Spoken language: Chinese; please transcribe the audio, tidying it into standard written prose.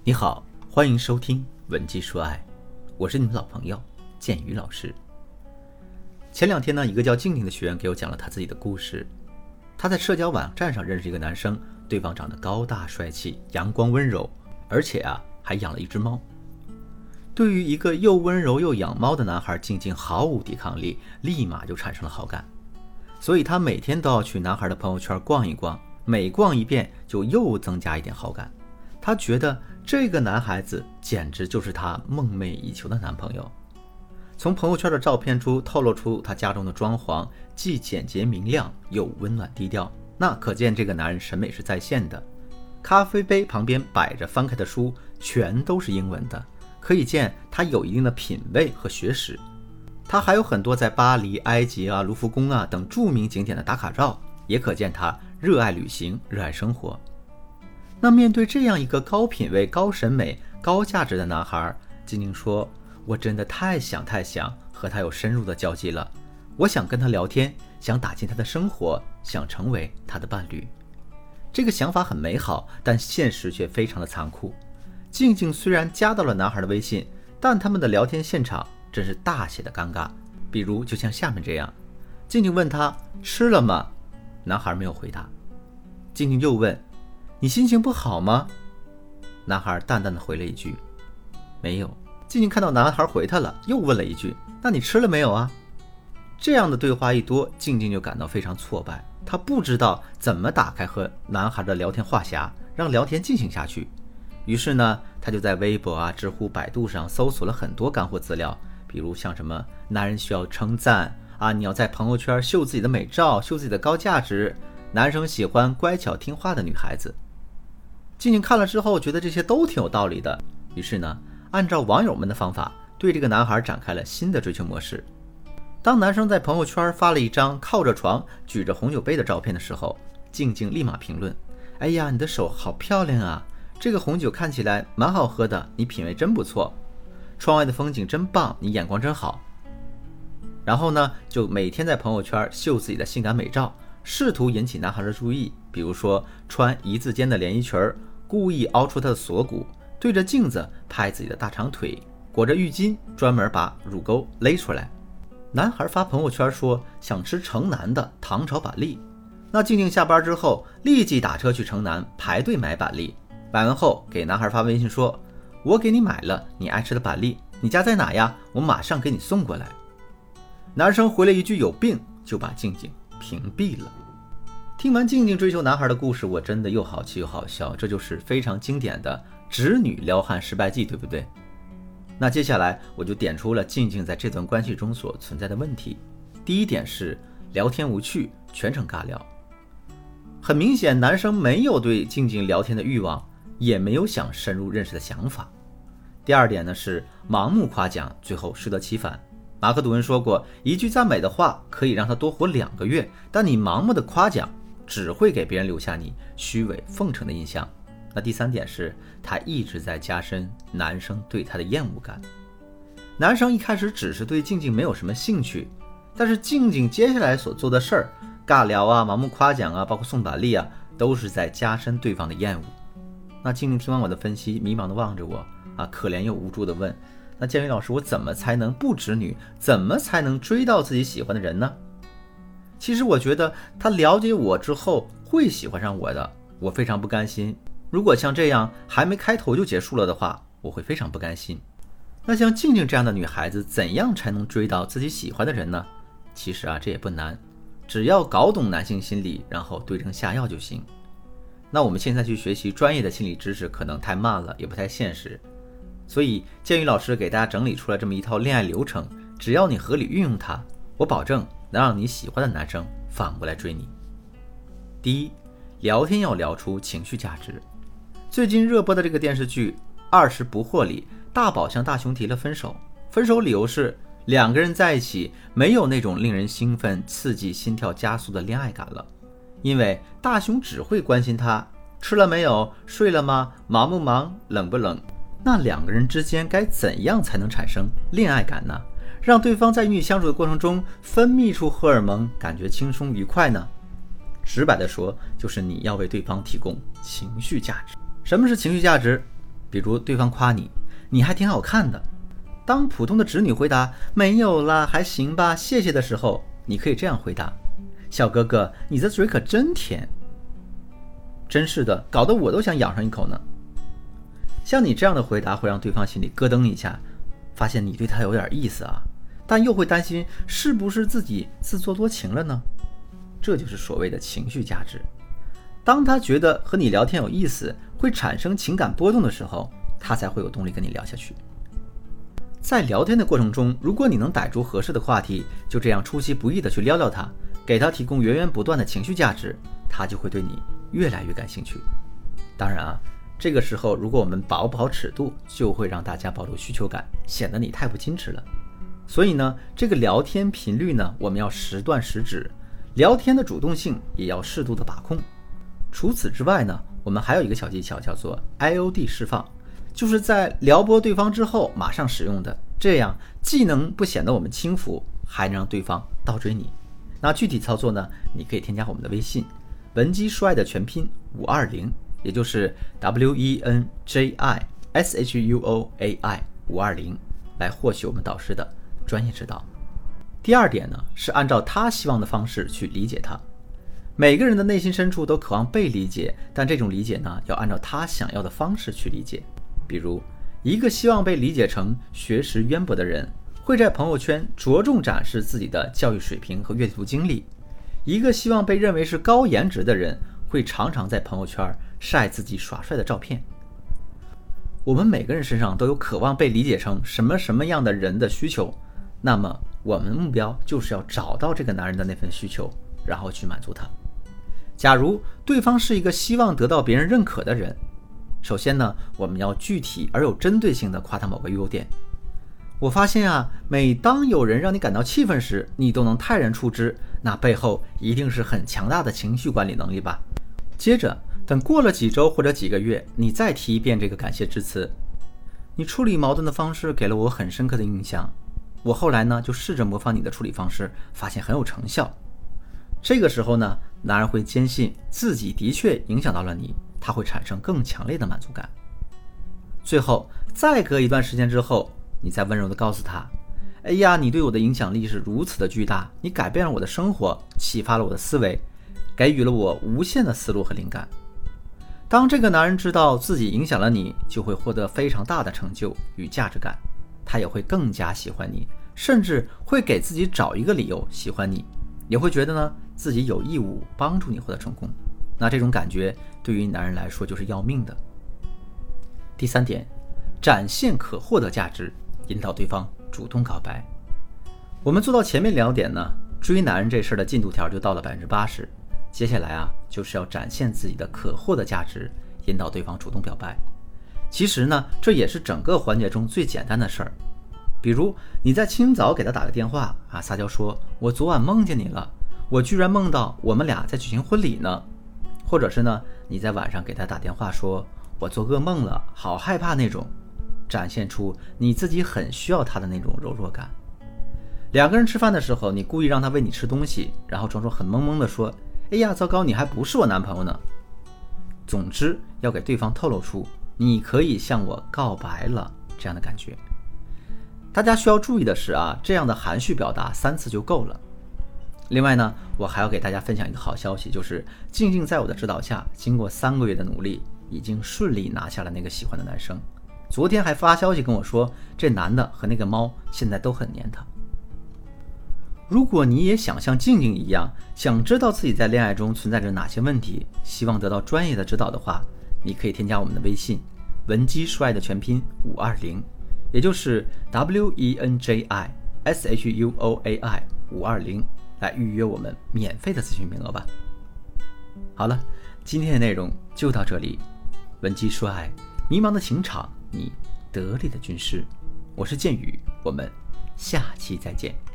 你好，欢迎收听文姬说爱，我是你的老朋友建宇老师。前两天呢，一个叫静静的学员给我讲了他自己的故事。他在社交网站上认识一个男生，对方长得高大帅气、阳光温柔，而且还养了一只猫。对于一个又温柔又养猫的男孩，静静毫无抵抗力，立马就产生了好感。所以他每天都要去男孩的朋友圈逛一逛，每逛一遍就又增加一点好感。他觉得这个男孩子简直就是他梦寐以求的男朋友。从朋友圈的照片中透露出他家中的装潢既简洁明亮又温暖低调，那可见这个男人审美是在线的。咖啡杯旁边摆着翻开的书全都是英文的，可以见他有一定的品味和学识。他还有很多在巴黎、埃及卢浮宫等著名景点的打卡照，也可见他热爱旅行，热爱生活。那面对这样一个高品位、高审美、高价值的男孩，静静说，我真的太想和他有深入的交集了，我想跟他聊天，想打进他的生活，想成为他的伴侣。这个想法很美好，但现实却非常的残酷。静静虽然加到了男孩的微信，但他们的聊天现场真是大写的尴尬。比如就像下面这样，静静问他吃了吗？男孩没有回答。静静又问，你心情不好吗？男孩淡淡的回了一句，没有。静静看到男孩回他了，又问了一句，那你吃了没有啊？这样的对话一多，静静就感到非常挫败。她不知道怎么打开和男孩的聊天话匣，让聊天进行下去。于是呢，她就在微博知乎、百度上搜索了很多干货资料，比如像什么男人需要称赞你要在朋友圈秀自己的美照，秀自己的高价值，男生喜欢乖巧听话的女孩子。静静看了之后觉得这些都挺有道理的，于是呢，按照网友们的方法对这个男孩展开了新的追求模式。当男生在朋友圈发了一张靠着床举着红酒杯的照片的时候，静静立马评论，哎呀，你的手好漂亮啊，这个红酒看起来蛮好喝的，你品味真不错，窗外的风景真棒，你眼光真好。然后呢，就每天在朋友圈秀自己的性感美照，试图引起男孩的注意，比如说穿一字肩的连衣裙，故意凹出他的锁骨，对着镜子拍自己的大长腿，裹着浴巾专门把乳沟勒出来。男孩发朋友圈说想吃城南的糖炒板栗，那静静下班之后立即打车去城南排队买板栗，买完后给男孩发微信说，我给你买了你爱吃的板栗，你家在哪呀？我马上给你送过来。男生回了一句有病，就把静静屏蔽了。听完静静追求男孩的故事，我真的又好气又好笑，这就是非常经典的直女撩汉失败记，对不对？那接下来我就点出了静静在这段关系中所存在的问题。第一点是聊天无趣，全程尬聊。很明显，男生没有对静静聊天的欲望，也没有想深入认识的想法。第二点呢是盲目夸奖，最后适得其反。马克·吐温说过，一句赞美的话可以让他多活2个月，但你盲目的夸奖只会给别人留下你虚伪奉承的印象。那第三点是他一直在加深男生对他的厌恶感。男生一开始只是对静静没有什么兴趣，但是静静接下来所做的事儿，尬聊盲目夸奖包括送板栗都是在加深对方的厌恶。那静静听完我的分析，迷茫地望着我可怜又无助地问，那建宇老师，我怎么才能不直女，怎么才能追到自己喜欢的人呢？其实我觉得他了解我之后会喜欢上我的，我非常不甘心。如果像这样还没开头就结束了的话，我会非常不甘心。那像静静这样的女孩子，怎样才能追到自己喜欢的人呢？其实这也不难，只要搞懂男性心理，然后对症下药就行。那我们现在去学习专业的心理知识可能太慢了，也不太现实，所以建宇老师给大家整理出来这么一套恋爱流程，只要你合理运用它，我保证能让你喜欢的男生反过来追你。第一，聊天要聊出情绪价值。最近热播的这个电视剧《20不惑》里，大宝向大雄提了分手，分手理由是2个人在一起没有那种令人兴奋、刺激、心跳加速的恋爱感了，因为大雄只会关心他吃了没有、睡了吗、忙不忙、冷不冷。那2个人之间该怎样才能产生恋爱感呢？让对方在与你相处的过程中分泌出荷尔蒙，感觉轻松愉快呢？直白的说，就是你要为对方提供情绪价值。什么是情绪价值？ 比如对方夸你，你还挺好看的。当普通的直女回答没有啦，还行吧，谢谢的时候，你可以这样回答：小哥哥，你的嘴可真甜。真是的，搞得我都想咬上一口呢。像你这样的回答会让对方心里咯噔一下，发现你对他有点意思啊，但又会担心是不是自己自作多情了呢？这就是所谓的情绪价值。当他觉得和你聊天有意思，会产生情感波动的时候，他才会有动力跟你聊下去。在聊天的过程中，如果你能逮住合适的话题，就这样出其不意的去撩撩他，给他提供源源不断的情绪价值，他就会对你越来越感兴趣。当然啊，这个时候如果我们把握不好尺度，就会让大家暴露需求感，显得你太不矜持了。所以呢，这个聊天频率呢，我们要时断时止，聊天的主动性也要适度的把控。除此之外呢，我们还有一个小技巧，叫做 IOD 释放，就是在撩拨对方之后马上使用的，这样既能不显得我们轻浮，还能让对方倒追你。那具体操作呢，你可以添加我们的微信文姬说爱的全拼520，也就是 WENJISHUOAI520，来获取我们导师的专业指导。第二点呢，是按照他希望的方式去理解他。每个人的内心深处都渴望被理解，但这种理解呢，要按照他想要的方式去理解。比如，一个希望被理解成学识渊博的人，会在朋友圈着重展示自己的教育水平和阅读经历；一个希望被认为是高颜值的人，会常常在朋友圈晒自己耍帅的照片。我们每个人身上都有渴望被理解成什么样的人的需求，那么我们的目标就是要找到这个男人的那份需求，然后去满足他。假如对方是一个希望得到别人认可的人，首先呢，我们要具体而有针对性的夸他某个优点。我发现啊，每当有人让你感到气愤时，你都能泰然处之，那背后一定是很强大的情绪管理能力吧。接着等过了几周或者几个月，你再提一遍这个感谢之词。你处理矛盾的方式给了我很深刻的印象，我后来呢就试着模仿你的处理方式，发现很有成效。这个时候呢，男人会坚信自己的确影响到了你，他会产生更强烈的满足感。最后再隔一段时间之后，你再温柔地告诉他，哎呀，你对我的影响力是如此的巨大，你改变了我的生活，启发了我的思维，给予了我无限的思路和灵感。当这个男人知道自己影响了你，就会获得非常大的成就与价值感，他也会更加喜欢你，甚至会给自己找一个理由喜欢你，也会觉得呢自己有义务帮助你获得成功。那这种感觉对于男人来说就是要命的。第三点，展现可获得价值，引导对方主动告白。我们做到前面2点呢，追男人这事儿的进度条就到了80%。接下来啊，就是要展现自己的可获得价值，引导对方主动表白。其实呢，这也是整个环节中最简单的事儿。比如你在清早给他打个电话啊，撒娇说我昨晚梦见你了，我居然梦到我们俩在举行婚礼呢。或者是呢，你在晚上给他打电话说我做噩梦了，好害怕那种，展现出你自己很需要他的那种柔弱感。2个人吃饭的时候，你故意让他喂你吃东西，然后装作很懵懵的说，哎呀，糟糕，你还不是我男朋友呢。总之要给对方透露出你可以向我告白了这样的感觉。大家需要注意的是啊，这样的含蓄表达3次就够了。另外呢，我还要给大家分享一个好消息，就是静静在我的指导下，经过3个月的努力，已经顺利拿下了那个喜欢的男生。昨天还发消息跟我说，这男的和那个猫现在都很黏他。如果你也想像静静一样，想知道自己在恋爱中存在着哪些问题，希望得到专业的指导的话，你可以添加我们的微信文姬说爱的全拼520，也就是 WENJISHUOAI520，来预约我们免费的咨询名额吧。好了，今天的内容就到这里。文姬说爱，迷茫的情场，你得力的军师。我是剑宇，我们下期再见。